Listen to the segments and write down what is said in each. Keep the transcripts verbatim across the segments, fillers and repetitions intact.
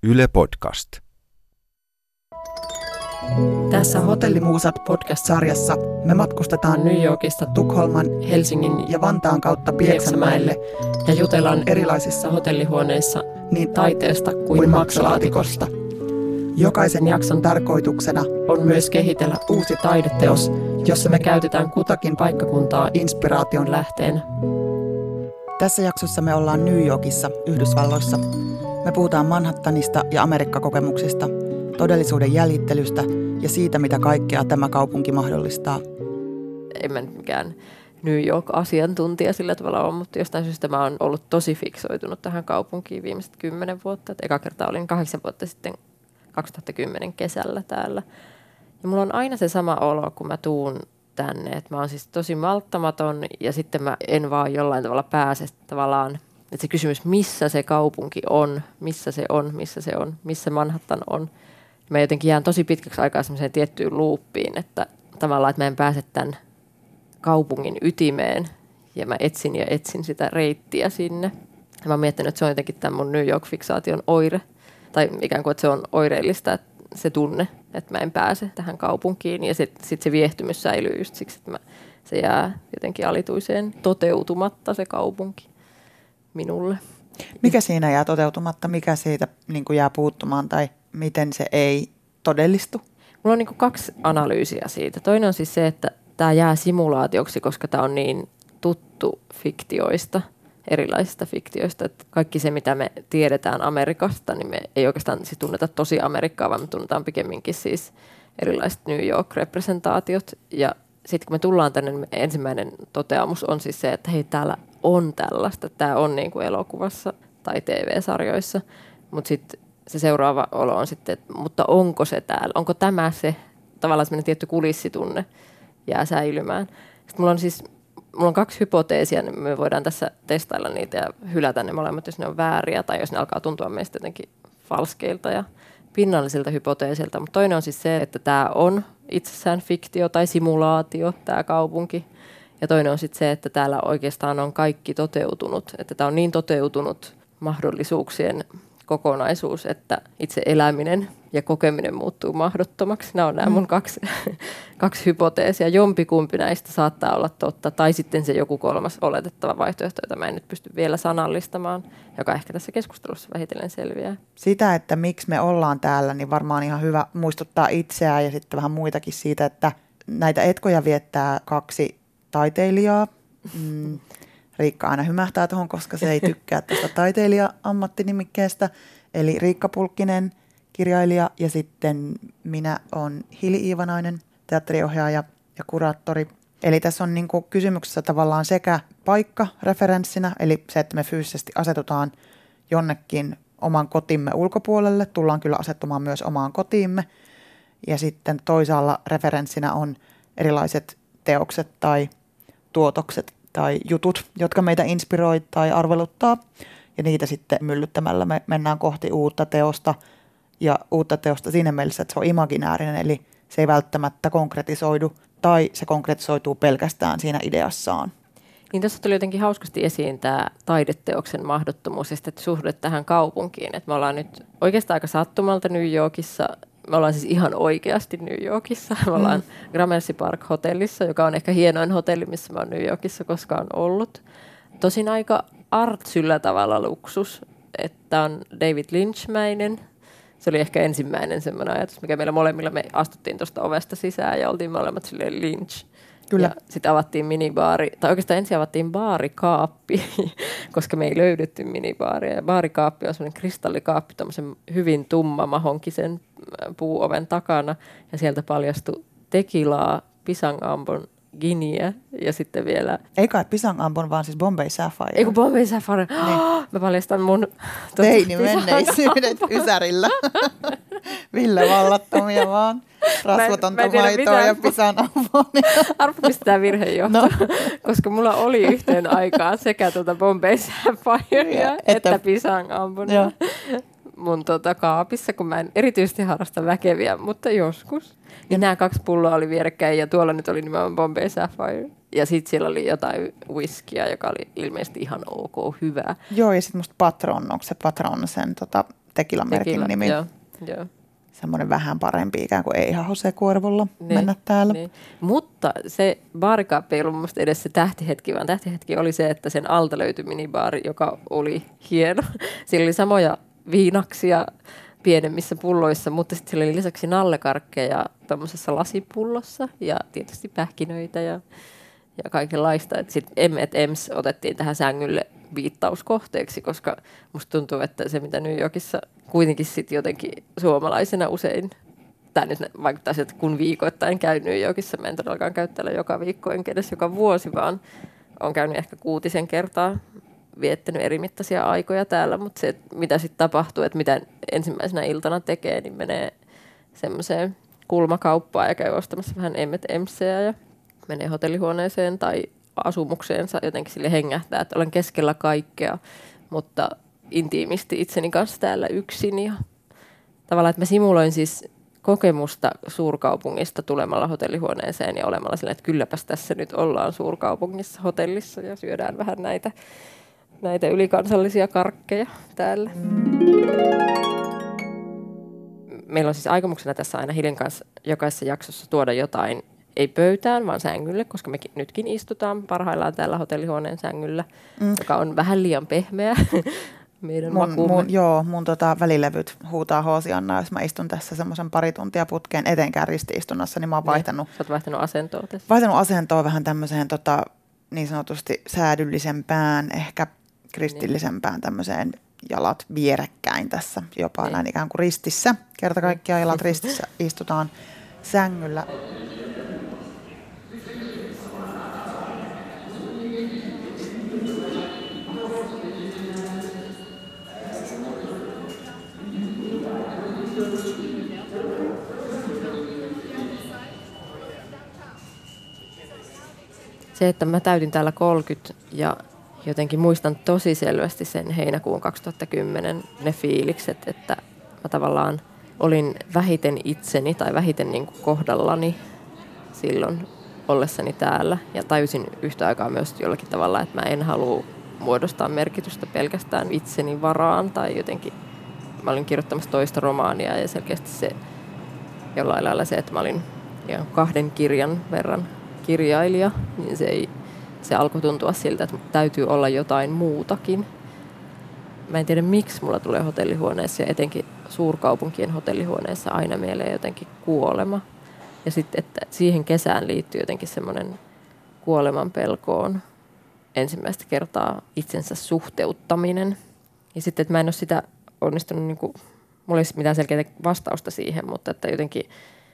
Yle Podcast. Tässä Hotellimuusat podcast-sarjassa me matkustetaan New Yorkista Tukholman, Helsingin ja Vantaan kautta Pieksämäelle ja jutellaan erilaisissa hotellihuoneissa niin taiteesta kuin maksalaatikosta. Jokaisen jakson tarkoituksena on myös kehitellä uusi taideteos, jossa me käytetään kutakin paikkakuntaa inspiraation lähteenä. Tässä jaksossa me ollaan New Yorkissa, Yhdysvalloissa. Me puhutaan Manhattanista ja Amerikkakokemuksista, todellisuuden jäljittelystä ja siitä, mitä kaikkea tämä kaupunki mahdollistaa. En mä nyt mikään New York-asiantuntija sillä tavalla ole, mutta jostain syystä mä oon ollut tosi fiksoitunut tähän kaupunkiin viimeiset kymmenen vuotta. Et eka kertaa olin kahdeksan vuotta sitten kaksituhattakymmenen kesällä täällä. Ja mulla on aina se sama olo, kun mä tuun tänne. Et mä oon siis tosi malttamaton ja sitten mä en vaan jollain tavalla pääse tavallaan. Että se kysymys, missä se kaupunki on, missä se on, missä se on, missä Manhattan on. Mä jotenkin jään tosi pitkäksi aikaa semmoiseen tiettyyn luuppiin, että tavallaan, että mä en pääse tämän kaupungin ytimeen ja mä etsin ja etsin sitä reittiä sinne. Ja mä oon miettinyt, että se on jotenkin tämän mun New York-fiksaation oire. Tai ikään kuin, että se on oireellista, että se tunne, että mä en pääse tähän kaupunkiin. Ja sitten sit se viehtymys säilyy just siksi, että mä, se jää jotenkin alituiseen toteutumatta se kaupunki minulle. Mikä siinä jää toteutumatta? Mikä siitä niin kuin jää puuttumaan tai miten se ei todellistu? Mulla on niin kuin kaksi analyysiä siitä. Toinen on siis se, että tämä jää simulaatioksi, koska tämä on niin tuttu fiktioista, erilaisista fiktioista. Että kaikki se, mitä me tiedetään Amerikasta, niin me ei oikeastaan siis tunneta tosi Amerikkaa, vaan me tunnetaan pikemminkin siis erilaiset New York-representaatiot. Ja sitten kun me tullaan tänne, niin ensimmäinen toteamus on siis se, että hei, täällä on tällaista. Tämä on niin kuin elokuvassa tai T V-sarjoissa, mutta sitten se seuraava olo on sitten, että, mutta onko se täällä? Onko tämä se tavallaan semmoinen tietty kulissitunne jää säilymään? Sitten mulla on siis mulla on kaksi hypoteesia, niin me voidaan tässä testailla niitä ja hylätä ne molemmat, jos ne on vääriä tai jos ne alkaa tuntua meistä jotenkin falskeilta ja pinnallisilta hypoteesilta. Mutta toinen on siis se, että tämä on itsessään fiktio tai simulaatio, tämä kaupunki. Ja toinen on sitten se, että täällä oikeastaan on kaikki toteutunut. Että tämä on niin toteutunut mahdollisuuksien kokonaisuus, että itse eläminen ja kokeminen muuttuu mahdottomaksi. Nämä on nämä mun kaksi, kaksi hypoteesia. Jompikumpi näistä saattaa olla totta, tai sitten se joku kolmas oletettava vaihtoehto, jota mä en nyt pysty vielä sanallistamaan, joka ehkä tässä keskustelussa vähitellen selviää. Sitä, että miksi me ollaan täällä, niin varmaan ihan hyvä muistuttaa itseään ja sitten vähän muitakin siitä, että näitä etkoja viettää kaksi taiteilijaa. Mm. Riikka aina hymähtää tuohon, koska se ei tykkää tästä taiteilija-ammattinimikkeestä. Eli Riikka Pulkkinen, kirjailija, ja sitten minä olen Hili Iivanainen, teatteriohjaaja ja kuraattori. Eli tässä on niin kuin kysymyksessä tavallaan sekä paikka referenssinä, eli se, että me fyysisesti asetutaan jonnekin oman kotimme ulkopuolelle. Tullaan kyllä asettumaan myös omaan kotiimme. Ja sitten toisaalla referenssinä on erilaiset teokset tai tuotokset tai jutut, jotka meitä inspiroi tai arveluttaa. Ja niitä sitten myllyttämällä me mennään kohti uutta teosta. Ja uutta teosta siinä mielessä, että se on imaginäärinen, eli se ei välttämättä konkretisoidu tai se konkretisoituu pelkästään siinä ideassaan. Niin tässä tuli jotenkin hauskasti esiin tämä taideteoksen mahdottomuus ja sitten suhde tähän kaupunkiin. Et me ollaan nyt oikeastaan aika sattumalta New Yorkissa. Me ollaan siis ihan oikeasti New Yorkissa. Me ollaan mm. Gramercy Park hotellissa, joka on ehkä hienoin hotelli, missä mä oon New Yorkissa koskaan ollut. Tosin aika artsyllä tavalla luksus, että on David Lynch-mäinen. Se oli ehkä ensimmäinen semmoinen ajatus, mikä meillä molemmilla, me astuttiin tuosta ovesta sisään ja oltiin molemmat silleen Lynch. Kyllä. Ja sitten avattiin minibaari, tai oikeastaan ensin avattiin baarikaappi, koska me ei löydetty minibaaria. Ja baarikaappi on semmoinen kristallikaappi, tämmöisen hyvin tumma mahonkisen puuoven takana. Ja sieltä paljastui tekilaa, pisangambon, giniä ja sitten vielä... Ei kai pisangambon, vaan siis Bombay Sapphire. Ei kun Bombay Sapphire. Niin. Oh, mä paljastan mun... Teini menneisyydet Ysärillä. Ville vallattomia vaan. Rasvatonta maitoa ja pisanammonia. Arvo, mistä tämä virhe johtuu. No. Koska mulla oli yhteen aikaan sekä tuota Bombay Sapphirea että, että pisangambonia mun tota kaapissa, kun mä en erityisesti harrasta väkeviä, mutta joskus. Ja nämä kaksi pulloa oli vierekkäin ja tuolla nyt oli nimenomaan Bombay Sapphire. Ja sitten siellä oli jotain whiskyä, joka oli ilmeisesti ihan ok, hyvää. Joo, ja sitten musta Patron, onko se Patron sen tota, Tequila-merkin Tequila, nimi. joo, joo. Semmoinen vähän parempi, ikään kuin ei ihan Jose Cuervolla Niin, mennä täällä. Niin. Mutta se baarikaappi ei ollut mun mielestä edes se tähtihetki, vaan tähtihetki oli se, että sen alta löytyi minibaari, joka oli hieno. Siellä oli samoja viinaksia pienemmissä pulloissa, mutta sitten siellä oli lisäksi nallekarkkeja tuommoisessa lasipullossa ja tietysti pähkinöitä ja, ja kaikenlaista. Sitten Emmet Ems otettiin tähän sängylle viittauskohteeksi, koska musta tuntuu, että se mitä New Yorkissa kuitenkin sitten jotenkin suomalaisena usein, tämä nyt vaikuttaa siltä, että kun viikoittain käy New Yorkissa, mä en todellakaan käy täällä joka viikko, enkä edes joka vuosi, vaan on käynyt ehkä kuutisen kertaa, viettänyt eri mittaisia aikoja täällä, mutta se, mitä sitten tapahtuu, että mitä ensimmäisenä iltana tekee, niin menee semmoiseen kulmakauppaan ja käy ostamassa vähän Emmet Emseä ja menee hotellihuoneeseen tai asumukseensa jotenkin sille hengähtää, että olen keskellä kaikkea, mutta intiimisti itseni kanssa täällä yksin. Ja tavallaan, että mä simuloin siis kokemusta suurkaupungista tulemalla hotellihuoneeseen ja olemalla silleen, että kylläpäs tässä nyt ollaan suurkaupungissa hotellissa ja syödään vähän näitä, näitä ylikansallisia karkkeja täällä. Meillä on siis aikomuksena tässä aina Hilin kanssa jokaisessa jaksossa tuoda jotain, ei pöytään, vaan sängylle, koska me nytkin istutaan parhaillaan täällä hotellihuoneen sängyllä, mm. joka on vähän liian pehmeä meidän mun, makuumme. mun, joo, mun tota välilevyt huutaa Hoosianna, jos mä istun tässä semmoisen pari tuntia putkeen etenkään ristiistunnassa, niin mä oon vaihtanut, Sä oot vaihtanut asentoa tässä. Vaihtanut asentoa vähän tämmöiseen tota, niin sanotusti säädyllisempään, ehkä kristillisempään tämmöiseen jalat vierekkäin tässä, jopa niin. Näin ikään kuin ristissä. Kerta kaikkiaan jalat ristissä istutaan sängyllä. Se, että mä täytin täällä kolmekymmentä ja jotenkin muistan tosi selvästi sen heinäkuun kaksituhattakymmenen ne fiilikset, että mä tavallaan olin vähiten itseni tai vähiten niin kuin kohdallani silloin ollessani täällä. Ja tajusin yhtä aikaa myös jollakin tavalla, että mä en halua muodostaa merkitystä pelkästään itseni varaan tai jotenkin mä olin kirjoittamassa toista romaania ja selkeästi se jollain lailla se, että mä olin kahden kirjan verran kirjailija, niin se, ei, se alkoi tuntua siltä, että täytyy olla jotain muutakin. Mä en tiedä, miksi mulla tulee hotellihuoneessa ja etenkin suurkaupunkien hotellihuoneessa aina mieleen jotenkin kuolema. Ja sitten, että siihen kesään liittyy jotenkin semmoinen kuoleman pelkoon ensimmäistä kertaa itsensä suhteuttaminen. Ja sitten, että mä en ole sitä onnistunut, niin kuin, mulla ei ole mitään selkeää vastausta siihen, mutta että jotenkin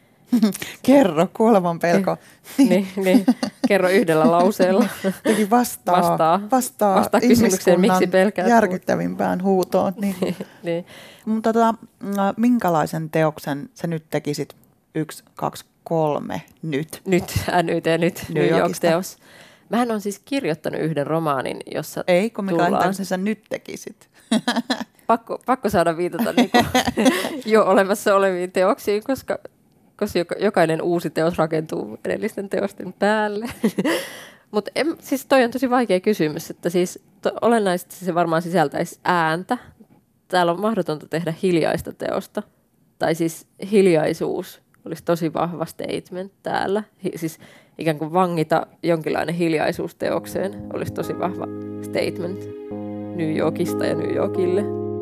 kerro, kuoleman pelko. niin, niin, kerro yhdellä lauseella. Jotenkin vastaa, vastaa, vastaa, vastaa kysymykseen, miksi pelkäät. Järkyttävimpään huutoon. Niin. niin. Mutta tota, minkälaisen teoksen sä nyt tekisit yksi, kaksi, kolme nyt? Nyt, N Y T, nyt, New York-teos. Mähän on siis kirjoittanut yhden romaanin, jossa ei, kun tullaan... minkälaisen teoksen sä nyt tekisit? pakko, pakko saada viitata niin kuin jo olemassa oleviin teoksiin, koska koska jokainen uusi teos rakentuu edellisten teosten päälle. Mutta siis toi on tosi vaikea kysymys, että siis to, olennaisesti se varmaan sisältäisi ääntä. Täällä on mahdotonta tehdä hiljaista teosta. Tai siis hiljaisuus olisi tosi vahva statement täällä. Hi, siis ikään kuin vangita jonkinlainen hiljaisuus teokseen olisi tosi vahva statement New Yorkista ja New Yorkille.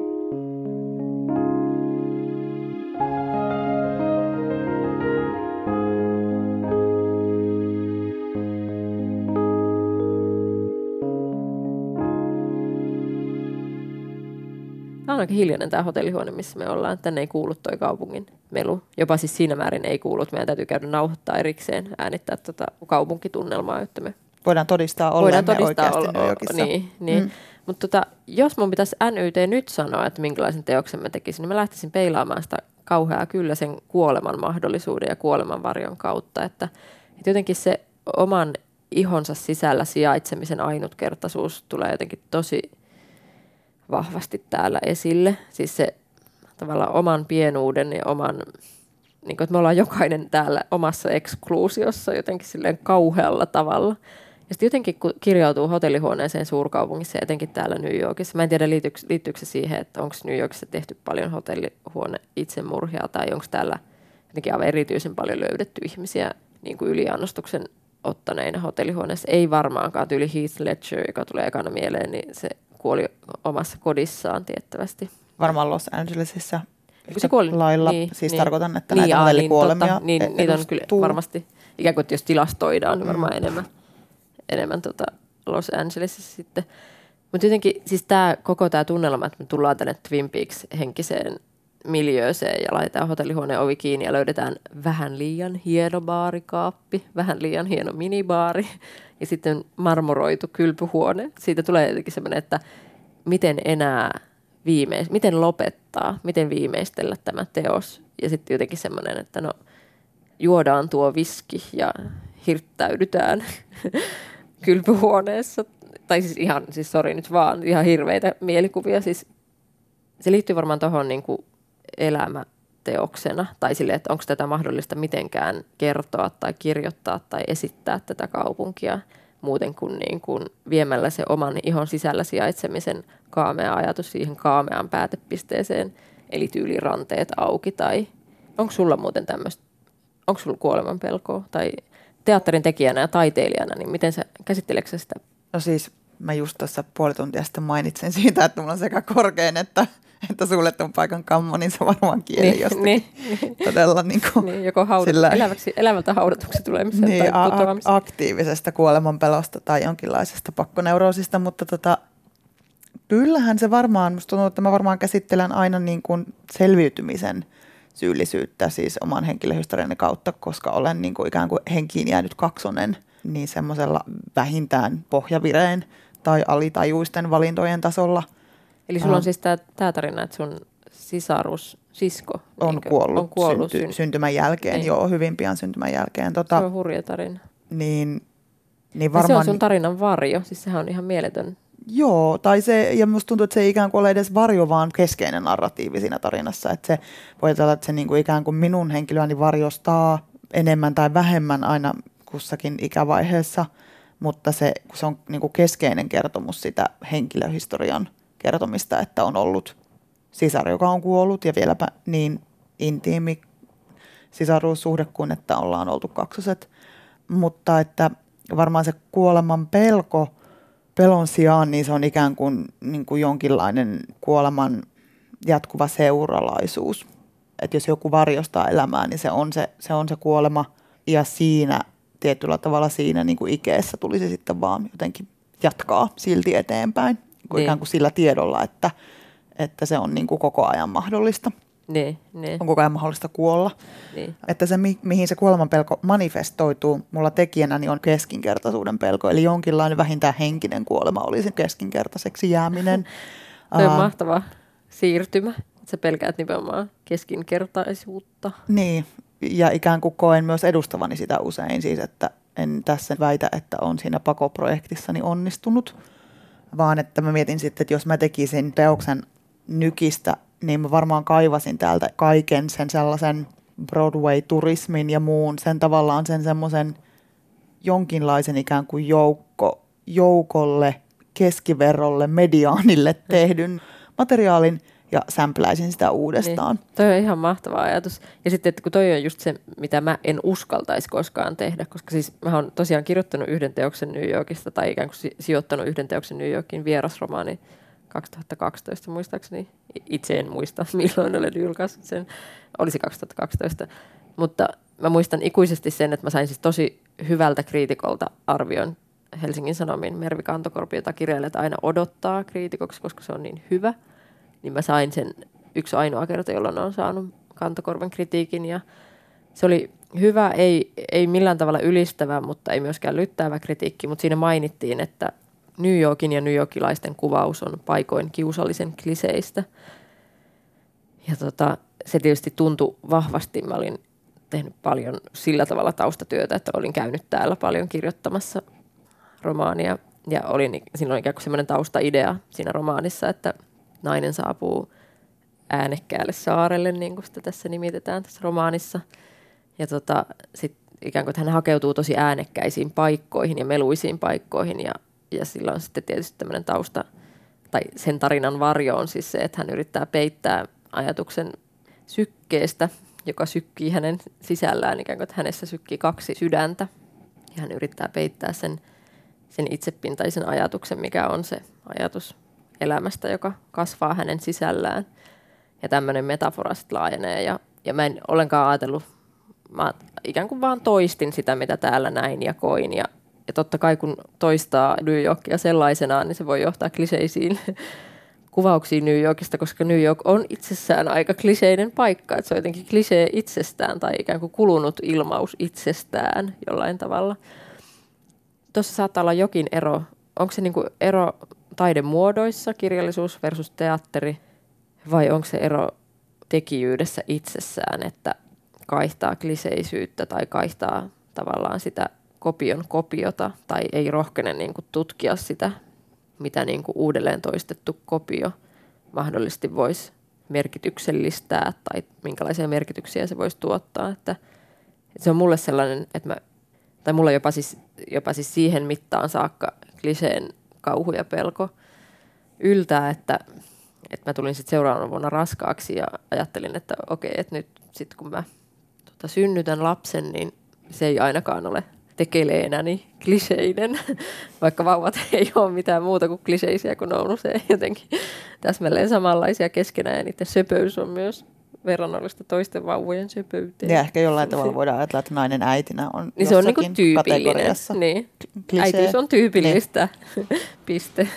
Tämä on aika hiljainen tämä hotellihuone, missä me ollaan. Tänne ei kuulu toi kaupungin melu. Jopa siis siinä määrin ei kuulu, että meidän täytyy käydä nauhoittaa erikseen, äänittää tuota kaupunkitunnelmaa, että me voidaan todistaa olemme oikeasti ol, New Yorkissa. Niin, niin. Mm. Mutta tota, jos mun pitäisi N Y T nyt sanoa, että minkälaisen teoksen mä tekisin, niin mä lähtisin peilaamaan sitä kauheaa kyllä sen kuoleman mahdollisuuden ja kuoleman varjon kautta. Että, että jotenkin se oman ihonsa sisällä sijaitsemisen ainutkertaisuus tulee jotenkin tosi vahvasti täällä esille. Siis se tavallaan oman pienuuden ja oman, niin kuin, että me ollaan jokainen täällä omassa ekskluusiossa jotenkin silleen kauhealla tavalla. Ja sitten jotenkin, kun kirjautuu hotellihuoneeseen suurkaupungissa, etenkin täällä New Yorkissa, mä en tiedä liittyykö, liittyykö se siihen, että onko New Yorkissa tehty paljon hotellihuone itsemurhia, tai onko täällä jotenkin aivan erityisen paljon löydetty ihmisiä niin kuin yliannostuksen ottaneina hotellihuoneessa. Ei varmaankaan, tyyli Heath Ledger, joka tulee ekana mieleen, niin se kuoli omassa kodissaan tiettävästi. Varmaan Los Angelesissa se kuoli, lailla, niin, siis niin, tarkoitan, että niin, näitä hotellikuolemia niin, niin, niitä on kyllä varmasti, ikään kuin jos tilastoidaan, niin varmaan mm. enemmän, enemmän tota Los Angelesissa sitten. Mutta jotenkin siis tää, koko tämä tunnelma, että me tullaan tänne Twin Peaks henkiseen miljööseen ja laitetaan hotellihuoneen ovi kiinni ja löydetään vähän liian hieno baarikaappi, vähän liian hieno minibaari ja sitten marmoroitu kylpyhuone. Siitä tulee jotenkin semmoinen, että miten enää viimeis, miten lopettaa, miten viimeistellä tämä teos. Ja sitten jotenkin semmoinen, että no juodaan tuo viski ja hirttäydytään kylpyhuoneessa. Tai siis ihan, siis sori nyt vaan, ihan hirveitä mielikuvia. Siis se liittyy varmaan tuohon niin kuin elämäteoksena, tai silleen, että onko tätä mahdollista mitenkään kertoa tai kirjoittaa tai esittää tätä kaupunkia muuten kuin, niin kuin viemällä se oman ihon sisällä sijaitsemisen kaamea ajatus siihen kaameaan päätepisteeseen, eli tyyliranteet auki, tai onko sulla muuten tämmöistä, onko sulla kuoleman pelkoa, tai teatterin tekijänä ja taiteilijana, niin miten sä, käsitteleksä sä sitä? No siis mä just tuossa puoli tuntia sitten mainitsin siitä, että mulla on sekä korkein että että suljetun paikan kammo, niin se varmaan kieli niin, jostakin niin, todella niin kuin niin, joko haudat, sillä, eläväksi, elävältä haudatuksi tulemiseen niin, tai putoamiseen. A- aktiivisesta kuolemanpelosta tai jonkinlaisesta pakkoneuroosista, mutta tota, kyllähän se varmaan, musta tuntuu, että mä varmaan käsittelen aina niin kuin selviytymisen syyllisyyttä siis oman henkilöhistoriani kautta, koska olen niin kuin ikään kuin henkiin jäänyt kaksonen, niin semmoisella vähintään pohjavireen tai alitajuisten valintojen tasolla. Eli sulla on siis tämä tarina, että sun sisarus, sisko on niinkö, kuollut, on kuollut synty, syn... syntymän jälkeen, niin. joo, hyvin pian syntymän jälkeen. Tota, se on hurja tarina. Niin, niin varmaan, ja se on sun tarinan varjo, siis sehän on ihan mieletön. Joo, tai se, ja musta tuntuu, että se ei ikään kuin ole edes varjo, vaan keskeinen narratiivi siinä tarinassa. Että se voi ajatella, että se niin kuin ikään kuin minun henkilöäni varjostaa enemmän tai vähemmän aina kussakin ikävaiheessa, mutta se, se on niin kuin keskeinen kertomus sitä henkilöhistorian kertomista, että on ollut sisar, joka on kuollut ja vieläpä niin intiimi sisaruussuhde kuin että ollaan oltu kaksoset. Mutta että varmaan se kuoleman pelko, pelon sijaan, niin se on ikään kuin, niin kuin jonkinlainen kuoleman jatkuva seuralaisuus. Että jos joku varjostaa elämää, niin se on se, se on se kuolema ja siinä tietyllä tavalla siinä niin kuin ikeessä tulisi sitten vaan jotenkin jatkaa silti eteenpäin. Niin. Ikään kuin sillä tiedolla, että, että se on niin kuin koko ajan mahdollista. Niin, niin. On koko ajan mahdollista kuolla. Niin. Että se, mi- mihin se kuolemanpelko manifestoituu mulla tekijänä, niin on keskinkertaisuuden pelko. Eli jonkinlainen vähintään henkinen kuolema olisi keskinkertaiseksi jääminen. Tuo on uh, mahtava siirtymä. Sä pelkäät nimenomaan keskinkertaisuutta. Niin, ja ikään kuin koen myös edustavani sitä usein. Siis, että en tässä väitä, että on siinä pakoprojektissani onnistunut. Vaan että mä mietin sitten, että jos mä tekisin teoksen nykistä, niin mä varmaan kaivasin täältä kaiken sen sellaisen Broadway-turismin ja muun, sen tavallaan sen semmoisen jonkinlaisen ikään kuin joukko, joukolle, keskiverrolle, mediaanille tehdyn materiaalin ja sämpläisin sitä uudestaan. Niin. Toi on ihan mahtava ajatus. Ja sitten, että kun toi on just se, mitä mä en uskaltaisi koskaan tehdä, koska siis mä oon tosiaan kirjoittanut yhden teoksen New Yorkista tai ikään kuin sijoittanut yhden teoksen New Yorkin vierasromaani kaksituhattakaksitoista muistaakseni. Itse en muista, milloin olen julkaissut sen. Olisi kaksituhattakaksitoista. Mutta mä muistan ikuisesti sen, että mä sain siis tosi hyvältä kriitikolta arvion Helsingin Sanomiin. Mervi Kantokorpi, jota kirjailijat aina odottaa kriitikoksi, koska se on niin hyvä. Niin mä sain sen yksi ainoa kerta, jolloin olen saanut Kantokorven kritiikin. Ja se oli hyvä, ei, ei millään tavalla ylistävä, mutta ei myöskään lyttäävä kritiikki. Mutta siinä mainittiin, että New Yorkin ja New Yorkilaisten kuvaus on paikoin kiusallisen kliseistä. Ja tota, se tietysti tuntui vahvasti. Mä olin tehnyt paljon sillä tavalla taustatyötä, että olin käynyt täällä paljon kirjoittamassa romaania. Ja olin, siinä oli ikään kuin semmoinen taustaidea siinä romaanissa, että nainen saapuu äänekkäälle saarelle, niin kuin sitä tässä nimitetään tässä romaanissa. Ja tota, sitten ikään kuin että hän hakeutuu tosi äänekkäisiin paikkoihin ja meluisiin paikkoihin ja, ja sillä on sitten tietysti tämmöinen tausta, tai sen tarinan varjo on siis se, että hän yrittää peittää ajatuksen sykkeestä, joka sykkii hänen sisällään, ikään kuin että hänessä sykkii kaksi sydäntä ja hän yrittää peittää sen, sen itsepintaisen ajatuksen, mikä on se ajatus elämästä, joka kasvaa hänen sisällään. Ja tämmöinen metafora sitten laajenee ja, ja mä en ollenkaan ajatellut, mä ikään kuin vaan toistin sitä, mitä täällä näin ja koin. Ja, ja totta kai kun toistaa New Yorkia sellaisenaan, niin se voi johtaa kliseisiin kuvauksiin New Yorkista, koska New York on itsessään aika kliseinen paikka. Että se on jotenkin klisee itsestään tai ikään kuin kulunut ilmaus itsestään jollain tavalla. Tuossa saattaa olla jokin ero. Onko se niinku ero taidemuodoissa, kirjallisuus versus teatteri, vai onko se ero tekijyydessä itsessään, että kaihtaa kliseisyyttä tai kaihtaa tavallaan sitä kopion kopiota tai ei rohkene niin kuin tutkia sitä, mitä niin kuin uudelleen toistettu kopio mahdollisesti voisi merkityksellistää tai minkälaisia merkityksiä se voisi tuottaa. Että, että se on mulle sellainen, että mä, tai mulla jopa siis, jopa siis siihen mittaan saakka kliseen kauhu ja pelko yltää, että että mä tulin sitten seuraavana vuonna raskaaksi ja ajattelin, että okei, että nyt sitten kun mä tota, synnytän lapsen, niin se ei ainakaan ole tekeleenäni kliseinen, vaikka vauvat ei ole mitään muuta kuin kliseisiä, kun on usein jotenkin täsmälleen samanlaisia keskenään ja niiden söpöys on myös verrannollista toisten vauvojen söpöyteen. Ja ehkä jollain tavalla voidaan ajatella, että nainen äitinä on niin se on niinku jossakin kategoriassa. Niin. Äitiys on tyypillistä. Niin. Piste.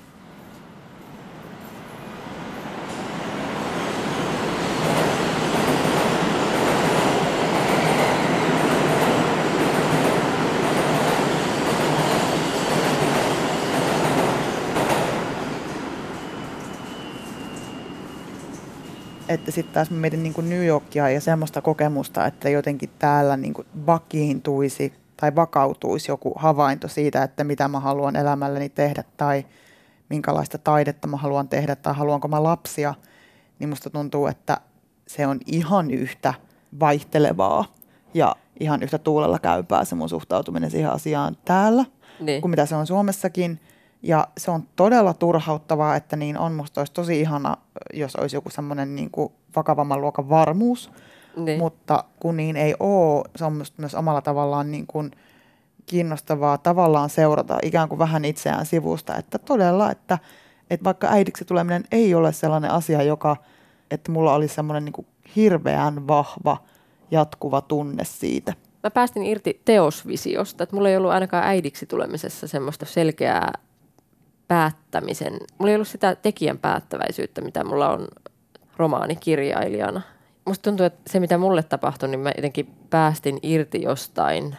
Että sitten taas mä mietin niin kuin New Yorkia ja semmoista kokemusta, että jotenkin täällä niin kuin vakiintuisi tai vakautuisi joku havainto siitä, että mitä mä haluan elämälläni tehdä tai minkälaista taidetta mä haluan tehdä tai haluanko mä lapsia, niin musta tuntuu, että se on ihan yhtä vaihtelevaa ja ihan yhtä tuulella käypää se mun suhtautuminen siihen asiaan täällä, niin. kuin mitä se on Suomessakin. Ja se on todella turhauttavaa, että niin on. Musta olisi tosi ihana, jos olisi joku semmoinen niin kuin vakavamman luokan varmuus, niin. Mutta kun niin ei ole, se on myös omalla tavallaan niin kuin kiinnostavaa tavallaan seurata ikään kuin vähän itseään sivusta, että todella, että, että vaikka äidiksi tuleminen ei ole sellainen asia, joka, että mulla olisi semmoinen niin kuin hirveän vahva jatkuva tunne siitä. Mä päästin irti teosvisiosta, että mulla ei ollut ainakaan äidiksi tulemisessa semmoista selkeää päättämisen. Mulla ei ollut sitä tekijän päättäväisyyttä, mitä mulla on romaanikirjailijana. Musta tuntuu, että se mitä mulle tapahtui, niin mä jotenkin päästin irti jostain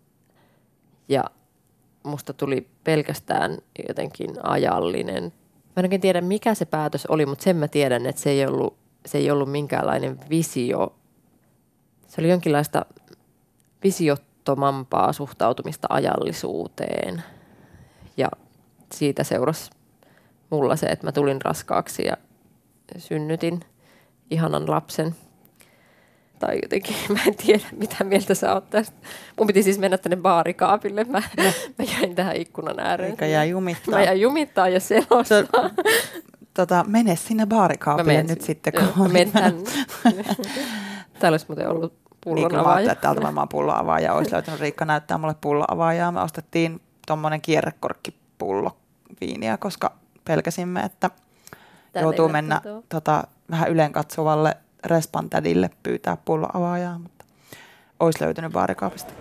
ja musta tuli pelkästään jotenkin ajallinen. Mä en oikein tiedä, mikä se päätös oli, mutta sen mä tiedän, että se ei ollut, se ei ollut minkäänlainen visio. Se oli jonkinlaista visiottomampaa suhtautumista ajallisuuteen ja siitä seurasi mulla se, että mä tulin raskaaksi ja synnytin ihanan lapsen. Tai jotenkin, mä en tiedä, mitä mieltä sä oot tästä. Mun piti siis mennä tänne baarikaapille. Mä, no. mä jäin tähän ikkunan ääreen. Eikä jää jumittaa. Mä jäin jumittaa ja selostaa. So, tota, mene sinne baarikaapille nyt sitten. Joo, mä menen tänne. Täällä olisi muuten ollut pullon niin, avaaja. Niin, että täältä varmaan pullon avaaja olisi löytänyt. Riikka näyttää mulle pullon avaajaa. Me ostettiin tommonen kierrekorkkipullo viiniä, koska pelkäsimme, että Tän joutuu mennä tota, vähän ylenkatsovalle respantädille pyytää pullon avaajaa, mutta olisi löytynyt baarikaapista.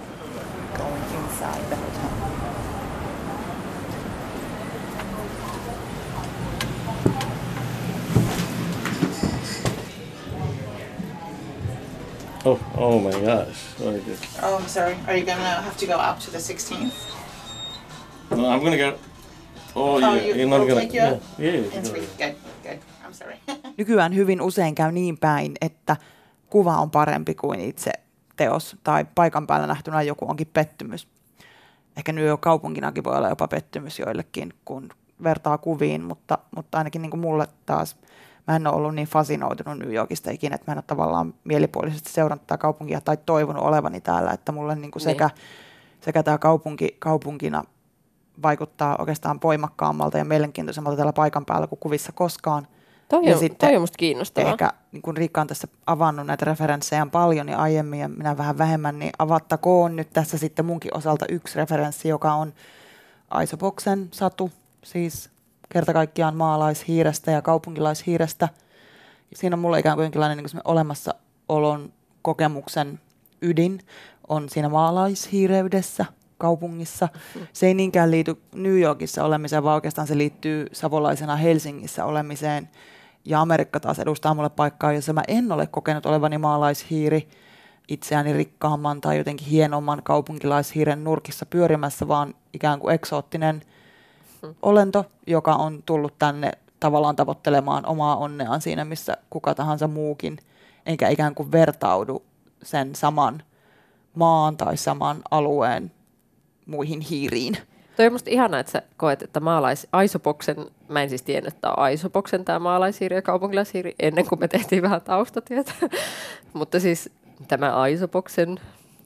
Oh, oh my gosh. What I did. Oh, I'm sorry. Are you gonna have to go out to the sixteenth? No, I'm gonna go. Oh, Oh, yeah. you- You're not we'll gonna. take you out? Yeah, yeah. In go three. ahead. Good, good. I'm sorry. Nykyään hyvin usein käy niin päin, että kuva on parempi kuin itse teos tai paikan päällä nähtynä joku onkin pettymys. Ehkä New York kaupunkinakin voi olla jopa pettymys joillekin, kun vertaa kuviin, mutta, mutta ainakin niin kuin mulle taas mä en ole ollut niin fasinoitunut New Yorkista ikinä, että mä en ole tavallaan mielipuolisesti seurannut tätä kaupunkia tai toivonut olevani täällä, että mulle niin kuin sekä, niin. sekä tämä kaupunki kaupunkina vaikuttaa oikeastaan voimakkaammalta ja mielenkiintoisemmalta täällä paikan päällä kuin kuvissa koskaan. Toi ja on, sitten toi on musta kiinnostavaa. Ehkä, niin kun Riikka on tässä avannut näitä referenssejä paljon ja aiemmin ja minä vähän vähemmän, niin avattakoon nyt tässä sitten munkin osalta yksi referenssi, joka on Aisopoksen satu, siis kerta kaikkiaan maalaishiirestä ja kaupunkilaishiirestä. Siinä on mulla ikään kuin jonkinlainen niin kuin olemassaolon kokemuksen ydin on siinä maalaishiireydessä kaupungissa. Se ei niinkään liity New Yorkissa olemiseen, vaan oikeastaan se liittyy savolaisena Helsingissä olemiseen. Ja Amerikka taas edustaa mulle paikkaa, jossa mä en ole kokenut olevani maalaishiiri itseäni rikkaamman tai jotenkin hienomman kaupunkilaishiiren nurkissa pyörimässä, vaan ikään kuin eksoottinen olento, joka on tullut tänne tavallaan tavoittelemaan omaa onneaan siinä, missä kuka tahansa muukin, eikä ikään kuin vertaudu sen saman maan tai saman alueen muihin hiiriin. Toi on musta ihanaa, että sä koet, että maalais Aisopoksen, mä en siis tiennyt, että on Aisopoksen tämä maalaishiiri ja kaupunkilaishiiri ennen kuin me tehtiin vähän taustatietä, mutta siis tämä Aisopoksen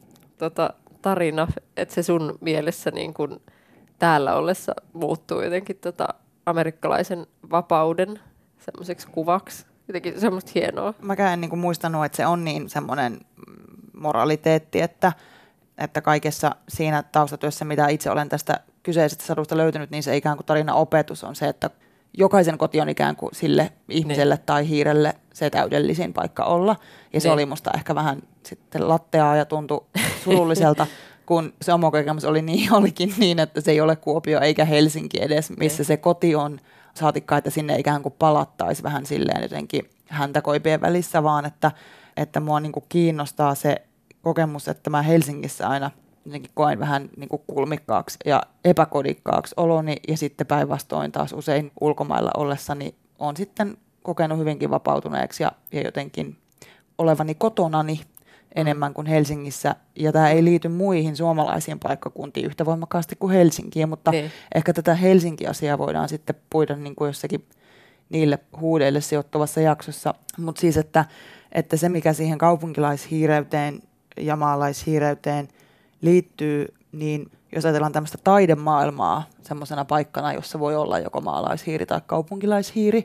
tota, tarina, että se sun mielessä niin kun täällä ollessa muuttuu jotenkin tota amerikkalaisen vapauden semmoiseksi kuvaksi. Jotenkin semmoista hienoa. Mäkään en niin kuin muistanut, että se on niin semmoinen moraliteetti, että, että kaikessa siinä taustatyössä, mitä itse olen tästä kyseisestä sadusta löytynyt, niin se ikään kuin tarina opetus on se, että jokaisen koti on ikään kuin sille ihmiselle niin. tai hiirelle se täydellisin paikka olla. Ja niin. se oli musta ehkä vähän sitten latteaa ja tuntui surulliselta, kun se oma kokemus oli niin, olikin niin, että se ei ole Kuopio eikä Helsinki edes, missä niin. se koti on. Saatikka, että sinne ikään kuin palattaisi vähän silleen jotenkin häntäkoipien välissä, vaan että, että mua niin kuin kiinnostaa se kokemus, että mä Helsingissä aina jotenkin koen vähän niin kuin kulmikkaaksi ja epäkodikkaaksi oloni, ja sitten päinvastoin taas usein ulkomailla ollessani olen sitten kokenut hyvinkin vapautuneeksi ja, ja jotenkin olevani kotonani enemmän kuin Helsingissä, ja tämä ei liity muihin suomalaisiin paikkakuntiin yhtä voimakkaasti kuin Helsinkiin, mutta niin. ehkä tätä Helsinki-asiaa voidaan sitten puida niin kuin jossakin niille huudeille sijoittuvassa jaksossa, mutta siis, että, että se mikä siihen kaupunkilaishiireyteen ja maalaishiireyteen liittyy, niin jos ajatellaan tämmöistä taidemaailmaa semmoisena paikkana, jossa voi olla joko maalaishiiri tai kaupunkilaishiiri,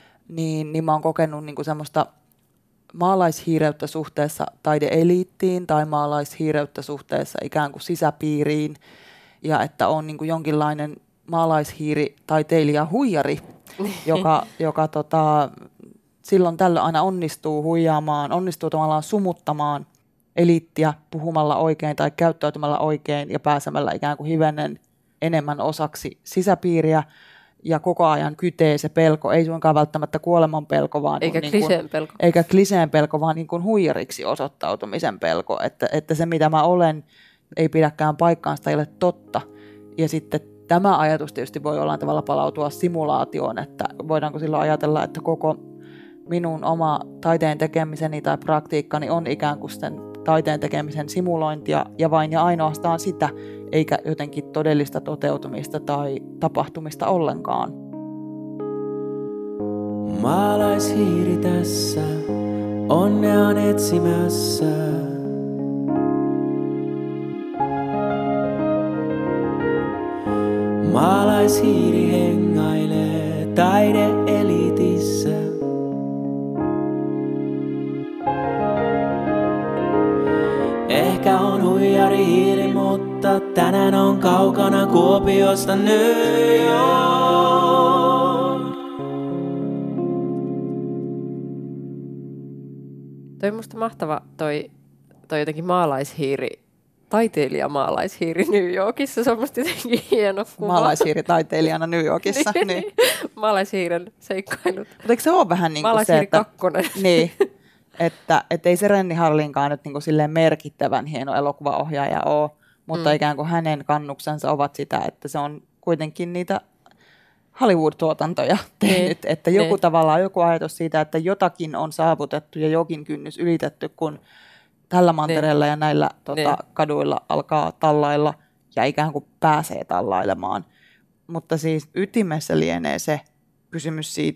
niin, niin mä oon kokenut niin kuin semmoista maalaishiireyttä suhteessa taideeliittiin tai maalaishiireyttä suhteessa ikään kuin sisäpiiriin, ja että on niin kuin jonkinlainen maalaishiiri taiteilija huijari, joka, joka tota, silloin tällöin aina onnistuu huijaamaan, onnistuu tavallaan sumuttamaan eliittiä puhumalla oikein tai käyttäytymällä oikein ja pääsemällä ikään kuin hivenen enemmän osaksi sisäpiiriä. Ja koko ajan kytee se pelko, ei suinkaan välttämättä kuoleman pelko, vaan eikä niin kuin, kliseen pelko. Eikä kliseen pelko, vaan niin kuin huijariksi osoittautumisen pelko, että, että se mitä mä olen ei pidäkään paikkaan, sitä ei ole totta. Ja sitten tämä ajatus tietysti voi jollain tavalla palautua simulaatioon, että voidaanko silloin ajatella, että koko minun oma taiteen tekemiseni tai praktiikkani on ikään kuin sen taiteen tekemisen simulointia ja vain ja ainoastaan sitä, eikä jotenkin todellista toteutumista tai tapahtumista ollenkaan. Maalaishiiri tässä, onneaan etsimässä. Maalaishiiri hengailee taideelitissä. Ehkä on huijari hiiri, mutta tänään on kaukana Kuopiosta New York. Toi musta mahtava toi, toi jotenkin maalaishiiri, taiteilija maalaishiiri New Yorkissa, se on musta jotenkin hieno kuva. Maalaishiiri taiteilijana New Yorkissa. niin, niin. Maalaishiiren seikkailut. Mutta eikö se ole vähän niin kuin se, että... kakkonen. Niin. Että et ei se Renni Harlinkaan nyt niinku silleen merkittävän hieno elokuvaohjaaja ole, mutta mm. ikään kuin hänen kannuksensa ovat sitä, että se on kuitenkin niitä Hollywood-tuotantoja tehnyt, ne, että joku ne. tavallaan joku ajatus siitä, että jotakin on saavutettu ja jokin kynnys ylitetty, kun tällä mantereella ne. ja näillä tota, kaduilla alkaa tallailla ja ikään kuin pääsee tallailemaan. Mutta siis ytimessä lienee se kysymys siitä,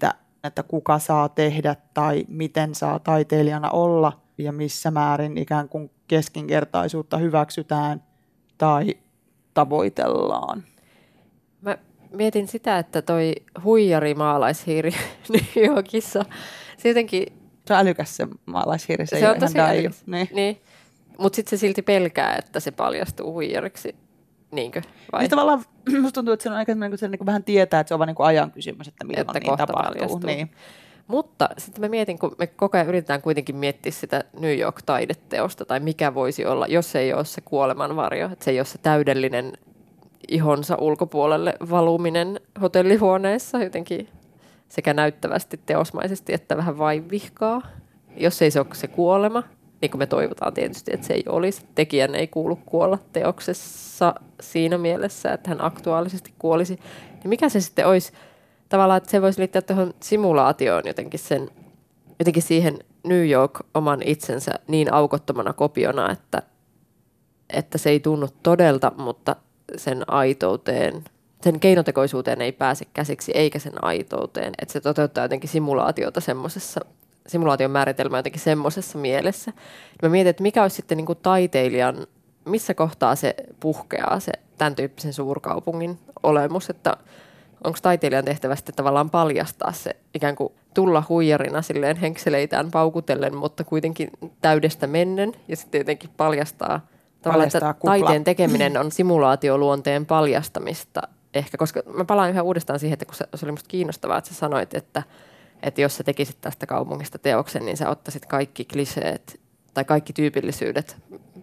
että kuka saa tehdä tai miten saa taiteilijana olla ja missä määrin ikään kuin keskinkertaisuutta hyväksytään tai tavoitellaan. Mä mietin sitä, että toi huijari maalaishiiri New Yorkissa, se jotenkin... Se on älykäs se maalaishiiri, se, se ei on ole tosi ihan daiju. älykäs. Niin. Niin. Mutta sitten se silti pelkää, että se paljastuu huijariksi. Niinkö? Vai? Niin tavallaan musta tuntuu, että se on aika niin se niin vähän tietää, että se on vain niin ajan kysymys, että milloin että niin tapahtuu. Niin. Mutta sitten mä mietin, kun me koko ajan yritetään kuitenkin miettiä sitä New York-taideteosta, tai mikä voisi olla, jos se ei ole se kuolemanvarjo, että se ei ole se täydellinen ihonsa ulkopuolelle valuminen hotellihuoneessa jotenkin sekä näyttävästi, teosmaisesti, että vähän vaivihkaa. Jos ei se ole se kuolema, niin kuin me toivotaan tietysti, että se ei olisi. Tekijän ei kuulu kuolla teoksessa siinä mielessä, että hän aktuaalisesti kuolisi. Niin mikä se sitten olisi tavallaan, että se voisi liittyä tuohon simulaatioon jotenkin, sen, jotenkin siihen New York oman itsensä niin aukottomana kopiona, että, että se ei tunnu todelta, mutta sen aitouteen, sen keinotekoisuuteen ei pääse käsiksi, eikä sen aitouteen. Että se toteuttaa jotenkin simulaatiota semmoisessa, simulaation määritelmä jotenkin semmoisessa mielessä. Mä mietin, että mikä olisi sitten niin kuin taiteilijan, missä kohtaa se puhkeaa se tämän tyyppisen suurkaupungin olemus, että onko taiteilijan tehtävä sitten tavallaan paljastaa se, ikään kuin tulla huijarina silleen henkseleitään paukutellen, mutta kuitenkin täydestä mennen ja sitten jotenkin paljastaa, tavallaan, että kupla. Taiteen tekeminen on simulaatioluonteen paljastamista ehkä, koska mä palaan yhä uudestaan siihen, että kun se, se oli musta kiinnostavaa, että sä sanoit, että, että jos sä tekisit tästä kaupungista teoksen, niin sä ottaisit kaikki kliseet tai kaikki tyypillisyydet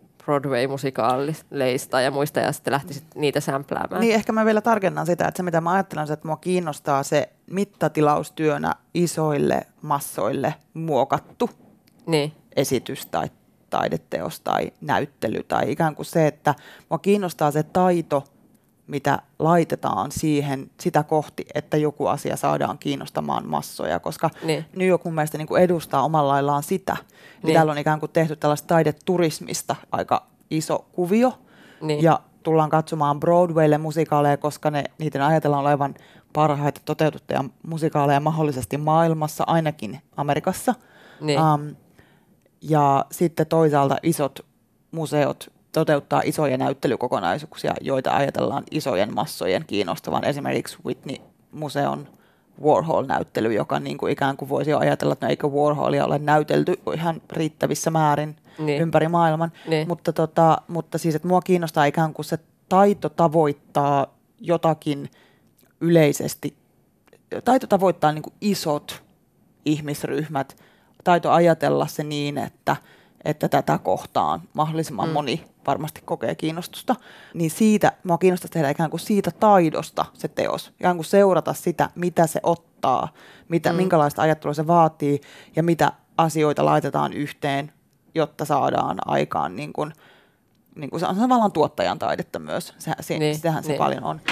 Broadway-musikaaleista ja muista ja sitten lähtisit niitä sämpläämään. Niin, ehkä mä vielä tarkennan sitä, että se mitä mä ajattelen, on, että mua kiinnostaa se mittatilaustyönä isoille massoille muokattu niin. esitys tai taideteos tai näyttely tai ikään kuin se, että mua kiinnostaa se taito, mitä laitetaan siihen sitä kohti, että joku asia saadaan kiinnostamaan massoja, koska niin. New York mun mielestä niin kuin edustaa omalla laillaan sitä. Niin. Täällä on ikään kuin tehty tällaista taideturismista aika iso kuvio niin. ja tullaan katsomaan Broadwaylle musikaaleja, koska ne, niiden ajatellaan olevan parhaita toteutettuja musikaaleja mahdollisesti maailmassa, ainakin Amerikassa. Niin. Um, ja sitten toisaalta isot museot toteuttaa isoja näyttelykokonaisuuksia, joita ajatellaan isojen massojen kiinnostavan. Esimerkiksi Whitney-museon Warhol-näyttely, joka niin kuin ikään kuin voisi ajatella, että no eikö Warholia ole näytelty ihan riittävissä määrin niin. ympäri maailman. Niin. Mutta, tota, mutta siis, että mua kiinnostaa ikään kuin se taito tavoittaa jotakin yleisesti. Taito tavoittaa niin kuin isot ihmisryhmät. Taito ajatella se niin, että että tätä kohtaan mahdollisimman mm. moni varmasti kokee kiinnostusta, niin siitä, mua kiinnostaa tehdä ikään kuin siitä taidosta se teos, ikään kuin seurata sitä, mitä se ottaa, mitä, mm. minkälaista ajattelua se vaatii ja mitä asioita laitetaan yhteen, jotta saadaan aikaan, niin kuin, niin kuin se on tavallaan tuottajan taidetta myös, se, se, niin, sitähän se niin. paljon on.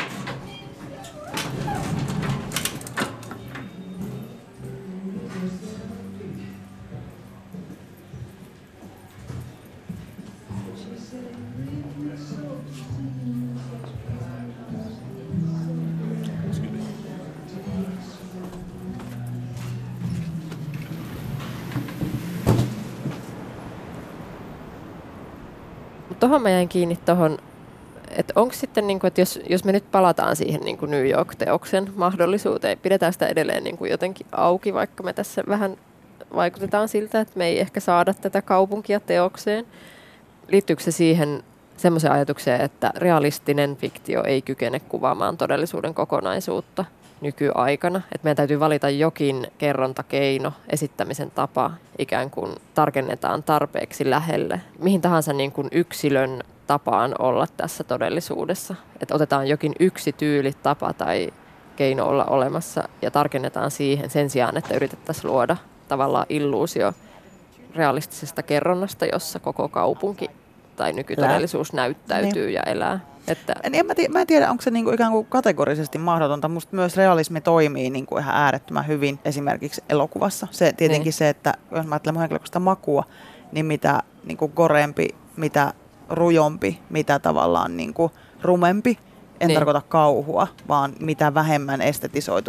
Tuohon mä jäin kiinni tuohon, että onko sitten, niin kuin, että jos, jos me nyt palataan siihen niin kuin New York-teoksen mahdollisuuteen, pidetään sitä edelleen niin kuin jotenkin auki, vaikka me tässä vähän vaikutetaan siltä, että me ei ehkä saada tätä kaupunkia teokseen. Liittyykö se siihen semmoiseen ajatukseen, että realistinen fiktio ei kykene kuvaamaan todellisuuden kokonaisuutta nykyaikana? Että meidän täytyy valita jokin kerrontakeino, esittämisen tapa, ikään kuin tarkennetaan tarpeeksi lähelle. Mihin tahansa niin kuin yksilön tapaan olla tässä todellisuudessa. Että otetaan jokin yksi tyyli, tapa tai keino olla olemassa ja tarkennetaan siihen sen sijaan, että yritettäisiin luoda tavallaan illuusio realistisesta kerronnasta, jossa koko kaupunki tai nykytodellisuus Lää. näyttäytyy niin. ja elää. Että en, mä, tiedä, mä en tiedä, onko se niinku ikään kuin kategorisesti mahdotonta. Musta myös realismi toimii niinku ihan äärettömän hyvin esimerkiksi elokuvassa. Se tietenkin niin. se, että jos mä ajattelen mun henkilökohtaista makua, niin mitä niinku gorempi, mitä rujompi, mitä tavallaan niinku rumempi. En niin. tarkoita kauhua, vaan mitä vähemmän estetisoitu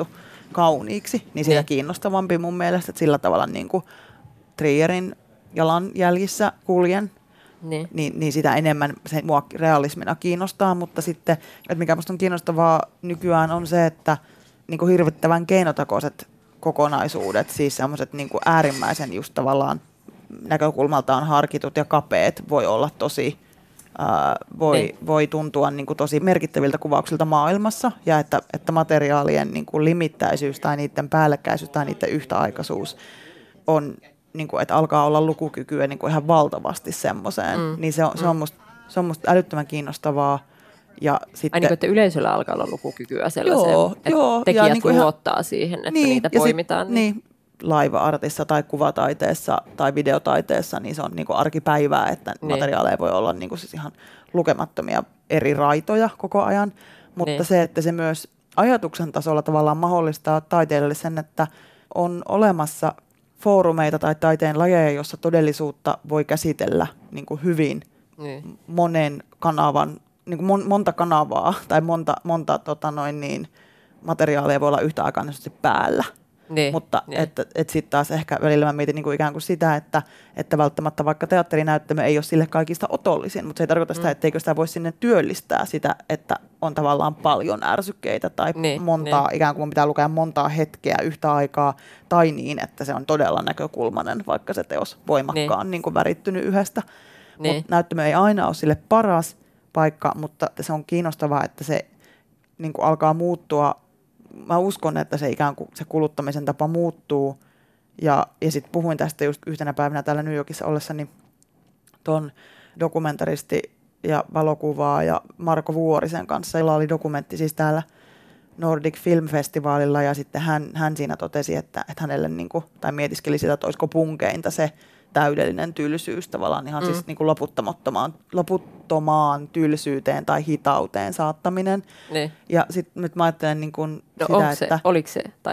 kauniiksi, niin sitä Niin. kiinnostavampi mun mielestä, että sillä tavalla niin kuin Trierin jalanjäljissä kuljen, Niin. niin, niin sitä enemmän se mua realismina kiinnostaa, mutta sitten, että mikä musta on kiinnostavaa nykyään on se, että niin kuin hirvittävän keinotakoiset kokonaisuudet, siis semmoiset niin kuin äärimmäisen just tavallaan näkökulmaltaan harkitut ja kapeet voi olla tosi, ää, voi, Niin. voi tuntua niin kuin tosi merkittäviltä kuvauksilta maailmassa, ja että, että materiaalien niin kuin limittäisyys tai niiden päällekkäisyys tai niiden yhtäaikaisuus on, niin kuin, että alkaa olla lukukykyä niin kuin ihan valtavasti semmoiseen, Mm. niin se on, se on musta, se on musta älyttömän kiinnostavaa. Ja sitten, Ai niin kuin, että yleisöllä alkaa olla lukukykyä sellaiseen, Joo, että joo, tekijät ja niin kuin ihan- luottaa siihen, että niin, niitä ja poimitaan. Sit, niin, live-artissa tai kuvataiteessa tai videotaiteessa, niin se on niin kuin arkipäivää, että Niin. materiaaleja voi olla niin kuin siis ihan lukemattomia eri raitoja koko ajan, mutta Niin. se, että se myös ajatuksen tasolla tavallaan mahdollistaa taiteilijalle sen, että on olemassa foorumeita tai taiteen lajeja, jossa todellisuutta voi käsitellä niin kuin hyvin Niin. monen kanavan, niin kuin mon, monta kanavaa tai monta, monta tota noin niin, materiaalia voi olla yhtäaikaisesti päällä. Niin. Mutta niin. että et sitten taas ehkä välillä mä mietin niin kuin ikään kuin sitä, että, että välttämättä vaikka teatterinäyttämö ei ole sille kaikista otollisin, mutta se ei tarkoita sitä, Mm. etteikö sitä voi sinne työllistää sitä, että on tavallaan paljon ärsykkeitä tai Niin, montaa, niin. ikään kuin mun pitää lukea montaa hetkeä yhtä aikaa, tai niin, että se on todella näkökulmainen, vaikka se teos voimakkaan niin. Niin kuin värittynyt yhdestä. Niin. Mutta näyttämö ei aina ole sille paras paikka, mutta se on kiinnostavaa, että se niin kuin alkaa muuttua. Mä uskon, että se ikään kuin se kuluttamisen tapa muuttuu. Ja, ja sitten puhuin tästä just yhtenä päivänä täällä New Yorkissa ollessani tuon dokumentaristi ja valokuvaa ja Marko Vuorisen kanssa, jolla oli dokumentti siis täällä Nordic Film Festivalilla, ja sitten hän, hän siinä totesi, että, että hänelle, niin kuin, tai mietiskeli sitä, että olisiko punkeinta se täydellinen tylsyys tavallaan ihan Mm. siis niin kuin loputtamattomaan, loputtomaan tylsyyteen tai hitauteen saattaminen. Niin. Ja sitten nyt mä ajattelen niin kuin No sitä, onko se, että oliko se, tai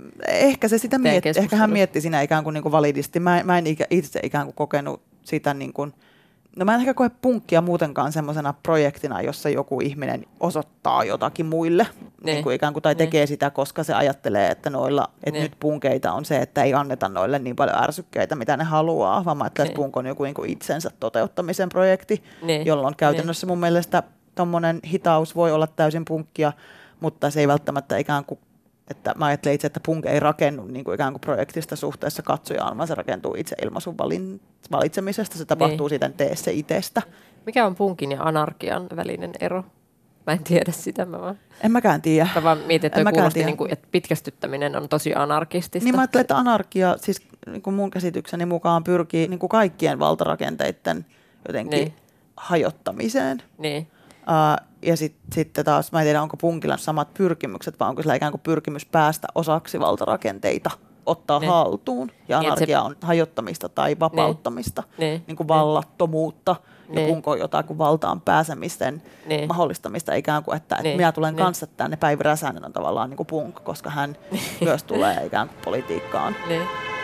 ehkä se sitä teidän mietti, ehkä hän keskustelu? mietti siinä ikään kuin, niin kuin validisti. Mä, mä en ikä, itse ikään kuin kokenut sitä niin kuin, no mä en ehkä koe punkkia muutenkaan semmoisena projektina, jossa joku ihminen osoittaa jotakin muille, niin. Niin kuin ikään kuin, tai tekee niin. sitä, koska se ajattelee, että noilla, että Niin. nyt punkeita on se, että ei anneta noille niin paljon ärsykkeitä, mitä ne haluaa, vaan mä ajattelen, Niin. että punk on joku niin kuin itsensä toteuttamisen projekti, Niin. jolloin käytännössä mun mielestä tommonen hitaus voi olla täysin punkkia, mutta se ei välttämättä ikään kuin, että mä ajattelen itse, että punk ei rakennu niin kuin ikään kuin projektista suhteessa katsojaan, vaan se rakentuu itse ilmaisun valin, valitsemisesta. Se tapahtuu Niin. siitä tee se itsestä. mikä on punkin ja anarkian välinen ero? Mä en tiedä sitä, mä vaan, En mäkään tiedä. mä vaan mietin, että En toi mäkään kuulosti, tiedä. niin kuin, että pitkästyttäminen on tosi anarkistista. Niin mä ajattelen, että anarkia, siis niin kuin mun käsitykseni mukaan pyrkii niin kuin kaikkien valtarakenteiden jotenkin Niin. hajottamiseen. Niin, Uh, ja sitten sit taas, mä en tiedä, onko punkilla samat pyrkimykset, vai onko sillä ikään kuin pyrkimys päästä osaksi valtarakenteita, ottaa Niin. haltuun. Ja Niin, että anarkia on hajottamista tai vapauttamista, Niin. niin kuin vallattomuutta. Ja Niin. punk on jotain valtaan pääsemisten Niin. mahdollistamista, ikään kuin, että, että Niin. minä tulen Niin. kanssa tänne. Päivi Räsänen on tavallaan niin kuin punk, koska hän myös tulee ikään kuin politiikkaan. niin.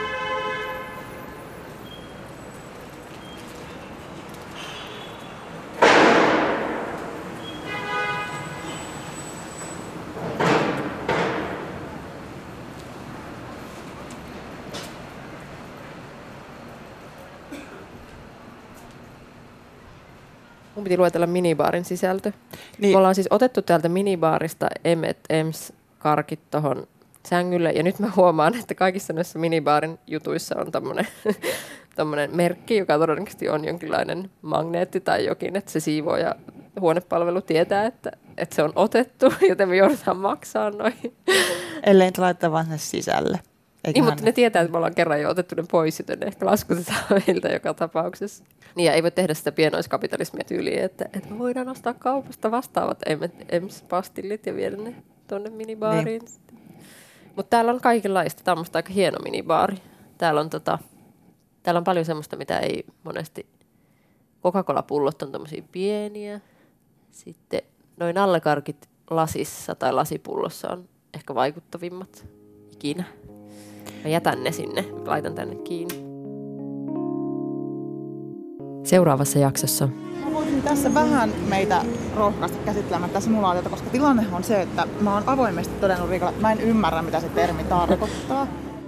Mun piti luetella minibaarin sisältö. Niin. Me ollaan siis otettu täältä minibaarista M and M's karkit tohon sängylle, ja nyt mä huomaan, että kaikissa näissä minibaarin jutuissa on tommonen, tommonen merkki, joka todennäköisesti on jonkinlainen magneetti tai jokin, että se siivooja huonepalvelu tietää, että, että se on otettu, joten me joudutaan maksaa noin. Ellei niitä laittaa vaan sinne sisälle. Niin, Eiköhän mutta ne tietää, että me ollaan kerran jo otettu ne pois, joten ne ehkä laskutetaan meiltä joka tapauksessa. Niin, ja ei voi tehdä sitä pienoiskapitalismia tyyliä, että, että me voidaan ostaa kaupasta vastaavat M and M's pastillit ja viedä ne tuonne minibaariin. Niin. Mutta täällä on kaikenlaista. Tämä on musta aika hieno minibaari. Täällä on, tota, täällä on paljon semmoista, mitä ei monesti... Coca-Cola-pullot on tommosia pieniä. Sitten noin nallekarkit lasissa tai lasipullossa on ehkä vaikuttavimmat ikinä. Mä jätän ne sinne, laitan tänne kiinni. Seuraavassa jaksossa. Mä voisin tässä vähän meitä rohkaista käsittelemään tätä simulaatiota, koska tilanne on se, että mä oon avoimesti todennut Riikalle, että mä en ymmärrä, mitä se termi tarkoittaa.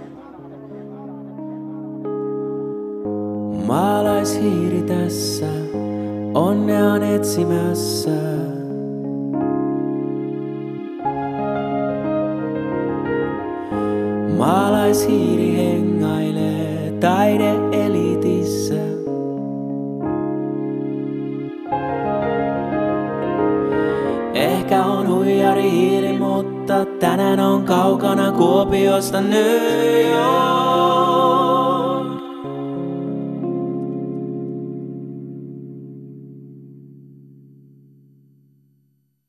Maalaishiiri tässä, onneaan etsimässä. Maalaishiiri hengailee taideelitissä. Ehkä on huijari hiiri, mutta tänään on kaukana Kuopiosta New York.